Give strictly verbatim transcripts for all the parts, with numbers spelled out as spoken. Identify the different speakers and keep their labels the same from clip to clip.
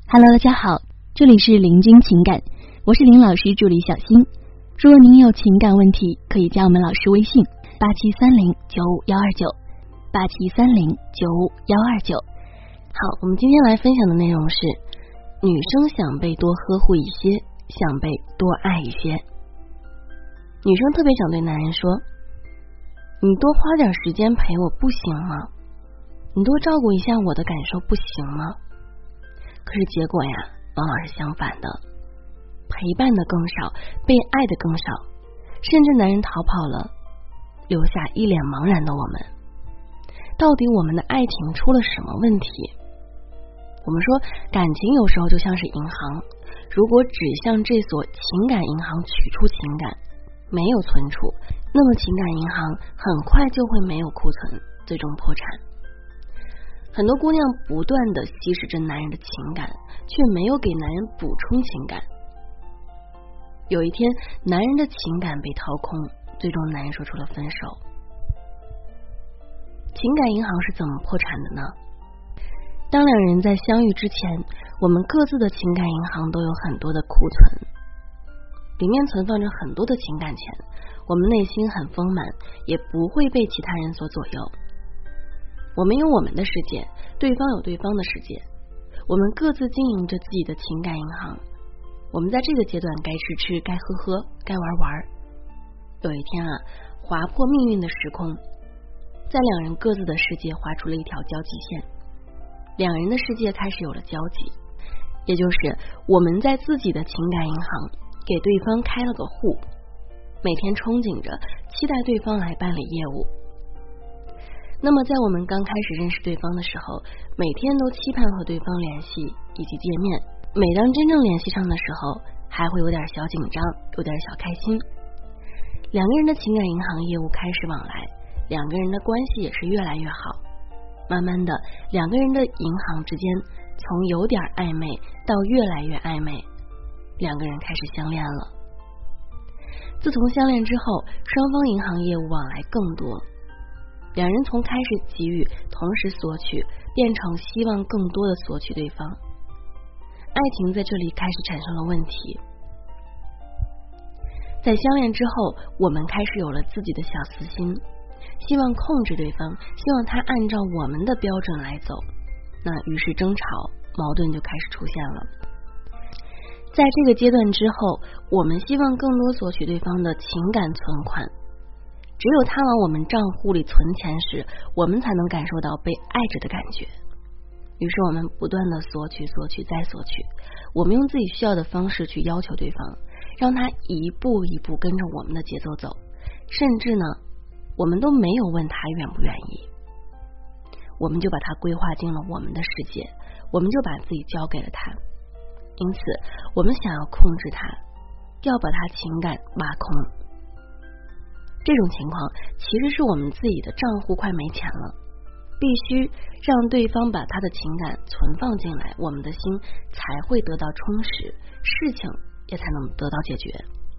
Speaker 1: Hello， 大家好，这里是林君情感，我是林老师助理小新。如果您有情感问题，可以加我们老师微信八七三零九五幺二九，八七三零九五幺二九。好，我们今天来分享的内容是：女生想被多呵护一些，想被多爱一些。女生特别想对男人说，你多花点时间陪我不行吗？你多照顾一下我的感受不行吗？可是结果呀，往往是相反的，陪伴的更少，被爱的更少，甚至男人逃跑了，留下一脸茫然的我们。到底我们的爱情出了什么问题？我们说感情有时候就像是银行，如果只向这所情感银行取出情感，没有存储，那么情感银行很快就会没有库存，最终破产。很多姑娘不断的吸食着男人的情感，却没有给男人补充情感。有一天，男人的情感被掏空，最终男人说出了分手。情感银行是怎么破产的呢？当两人在相遇之前，我们各自的情感银行都有很多的库存，里面存放着很多的情感钱，我们内心很丰满，也不会被其他人所左右。我们有我们的世界，对方有对方的世界，我们各自经营着自己的情感银行。我们在这个阶段该吃吃，该喝喝，该玩玩。有一天啊，划破命运的时空，在两人各自的世界划出了一条交集线，两人的世界开始有了交集，也就是我们在自己的情感银行给对方开了个户，每天憧憬着期待对方来办理业务。那么在我们刚开始认识对方的时候，每天都期盼和对方联系以及见面，每当真正联系上的时候，还会有点小紧张，有点小开心。两个人的情感银行业务开始往来，两个人的关系也是越来越好。慢慢的，两个人的银行之间从有点暧昧到越来越暧昧，两个人开始相恋了。自从相恋之后，双方银行业务往来更多，两人从开始给予同时索取，变成希望更多的索取对方。爱情在这里开始产生了问题。在相恋之后，我们开始有了自己的小私心，希望控制对方，希望他按照我们的标准来走，那于是争吵矛盾就开始出现了。在这个阶段之后，我们希望更多索取对方的情感存款，只有他往我们账户里存钱时，我们才能感受到被爱着的感觉。于是我们不断的索取索取再索取，我们用自己需要的方式去要求对方，让他一步一步跟着我们的节奏走，甚至呢我们都没有问他愿不愿意，我们就把他规划进了我们的世界，我们就把自己交给了他。因此我们想要控制他，要把他情感挖空。这种情况其实是我们自己的账户快没钱了，必须让对方把他的情感存放进来，我们的心才会得到充实，事情也才能得到解决。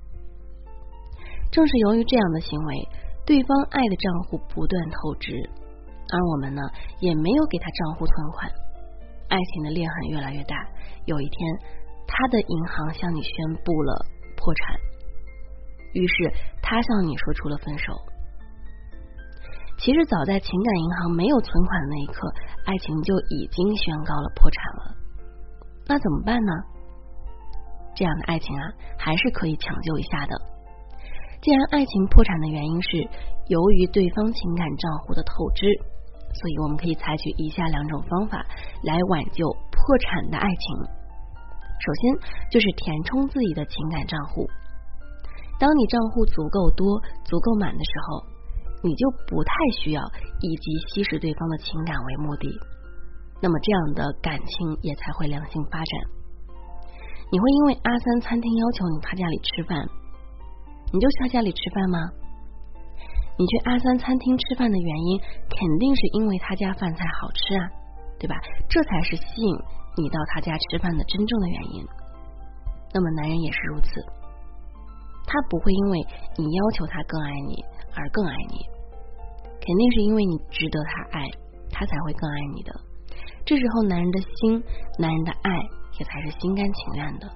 Speaker 1: 正是由于这样的行为，对方爱的账户不断透支，而我们呢也没有给他账户存款，爱情的裂痕越来越大。有一天，他的银行向你宣布了破产，于是他向你说出了分手。其实早在情感银行没有存款的那一刻，爱情就已经宣告了破产了。那怎么办呢？这样的爱情啊，还是可以抢救一下的。既然爱情破产的原因是由于对方情感账户的透支，所以我们可以采取以下两种方法来挽救破产的爱情。首先就是填充自己的情感账户。当你账户足够多足够满的时候，你就不太需要以及吸食对方的情感为目的，那么这样的感情也才会良性发展。你会因为阿三餐厅要求你他家里吃饭，你就去他家里吃饭吗？你去阿三餐厅吃饭的原因肯定是因为他家饭菜好吃啊，对吧？这才是吸引你到他家吃饭的真正的原因。那么男人也是如此，他不会因为你要求他更爱你而更爱你，肯定是因为你值得他爱，他才会更爱你的。这时候男人的心，男人的爱也才是心甘情愿的。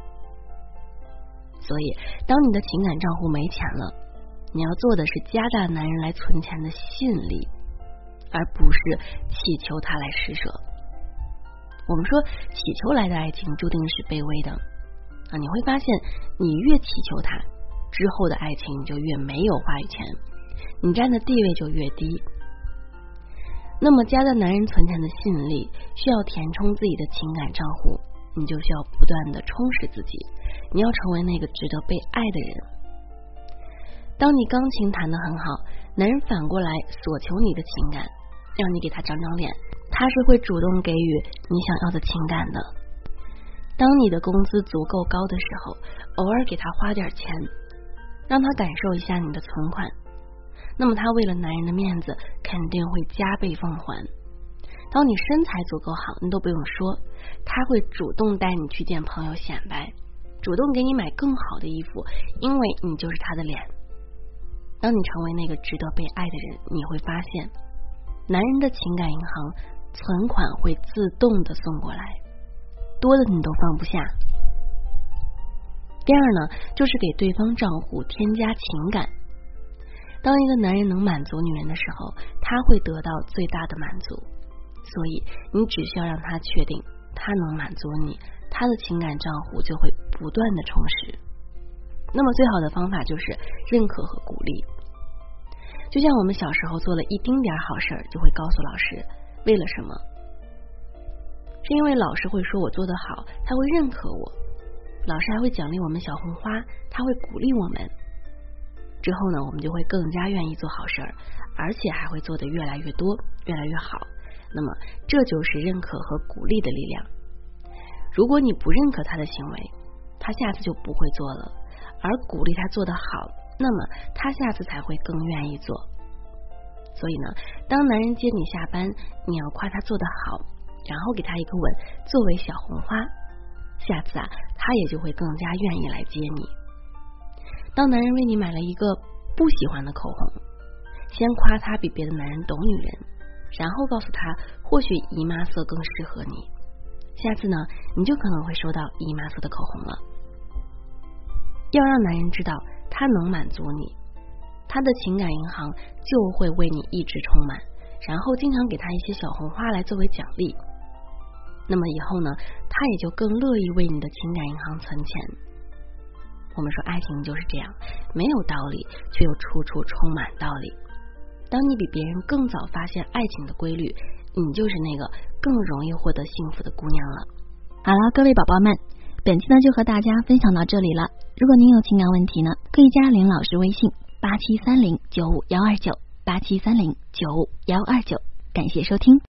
Speaker 1: 所以当你的情感账户没钱了，你要做的是加大男人来存钱的吸引力，而不是祈求他来施舍。我们说祈求来的爱情注定是卑微的啊，你会发现你越祈求他，之后的爱情就越没有话语权，你站的地位就越低。那么加大男人存钱的吸引力，需要填充自己的情感账户，你就需要不断的充实自己，你要成为那个值得被爱的人。当你钢琴弹得很好，男人反过来索求你的情感，让你给他长长脸，他是会主动给予你想要的情感的。当你的工资足够高的时候，偶尔给他花点钱，让他感受一下你的存款，那么他为了男人的面子肯定会加倍奉还。当你身材足够好，你都不用说，他会主动带你去见朋友显摆，主动给你买更好的衣服，因为你就是他的脸。当你成为那个值得被爱的人，你会发现男人的情感银行存款会自动的送过来，多的你都放不下。第二呢，就是给对方账户添加情感。当一个男人能满足女人的时候，他会得到最大的满足，所以你只需要让他确定他能满足你，他的情感账户就会不断的充实。那么最好的方法就是认可和鼓励。就像我们小时候做了一丁点好事，就会告诉老师为了什么，是因为老师会说我做得好，他会认可我，老师还会奖励我们小红花，他会鼓励我们。之后呢，我们就会更加愿意做好事儿，而且还会做得越来越多，越来越好。那么这就是认可和鼓励的力量。如果你不认可他的行为，他下次就不会做了，而鼓励他做得好，那么他下次才会更愿意做。所以呢，当男人接你下班，你要夸他做得好，然后给他一个吻作为小红花，下次啊，他也就会更加愿意来接你。当男人为你买了一个不喜欢的口红，先夸他比别的男人懂女人，然后告诉他或许姨妈色更适合你，下次呢，你就可能会收到姨妈色的口红了。要让男人知道他能满足你，他的情感银行就会为你一直充满，然后经常给他一些小红花来作为奖励。那么以后呢，他也就更乐意为你的情感银行存钱。我们说爱情就是这样，没有道理，却又处处充满道理。当你比别人更早发现爱情的规律，你就是那个更容易获得幸福的姑娘了。
Speaker 2: 好了，各位宝宝们，本期呢就和大家分享到这里了。如果您有情感问题呢，可以加林老师微信八七三零九五幺二九八七三零九五幺二九，感谢收听。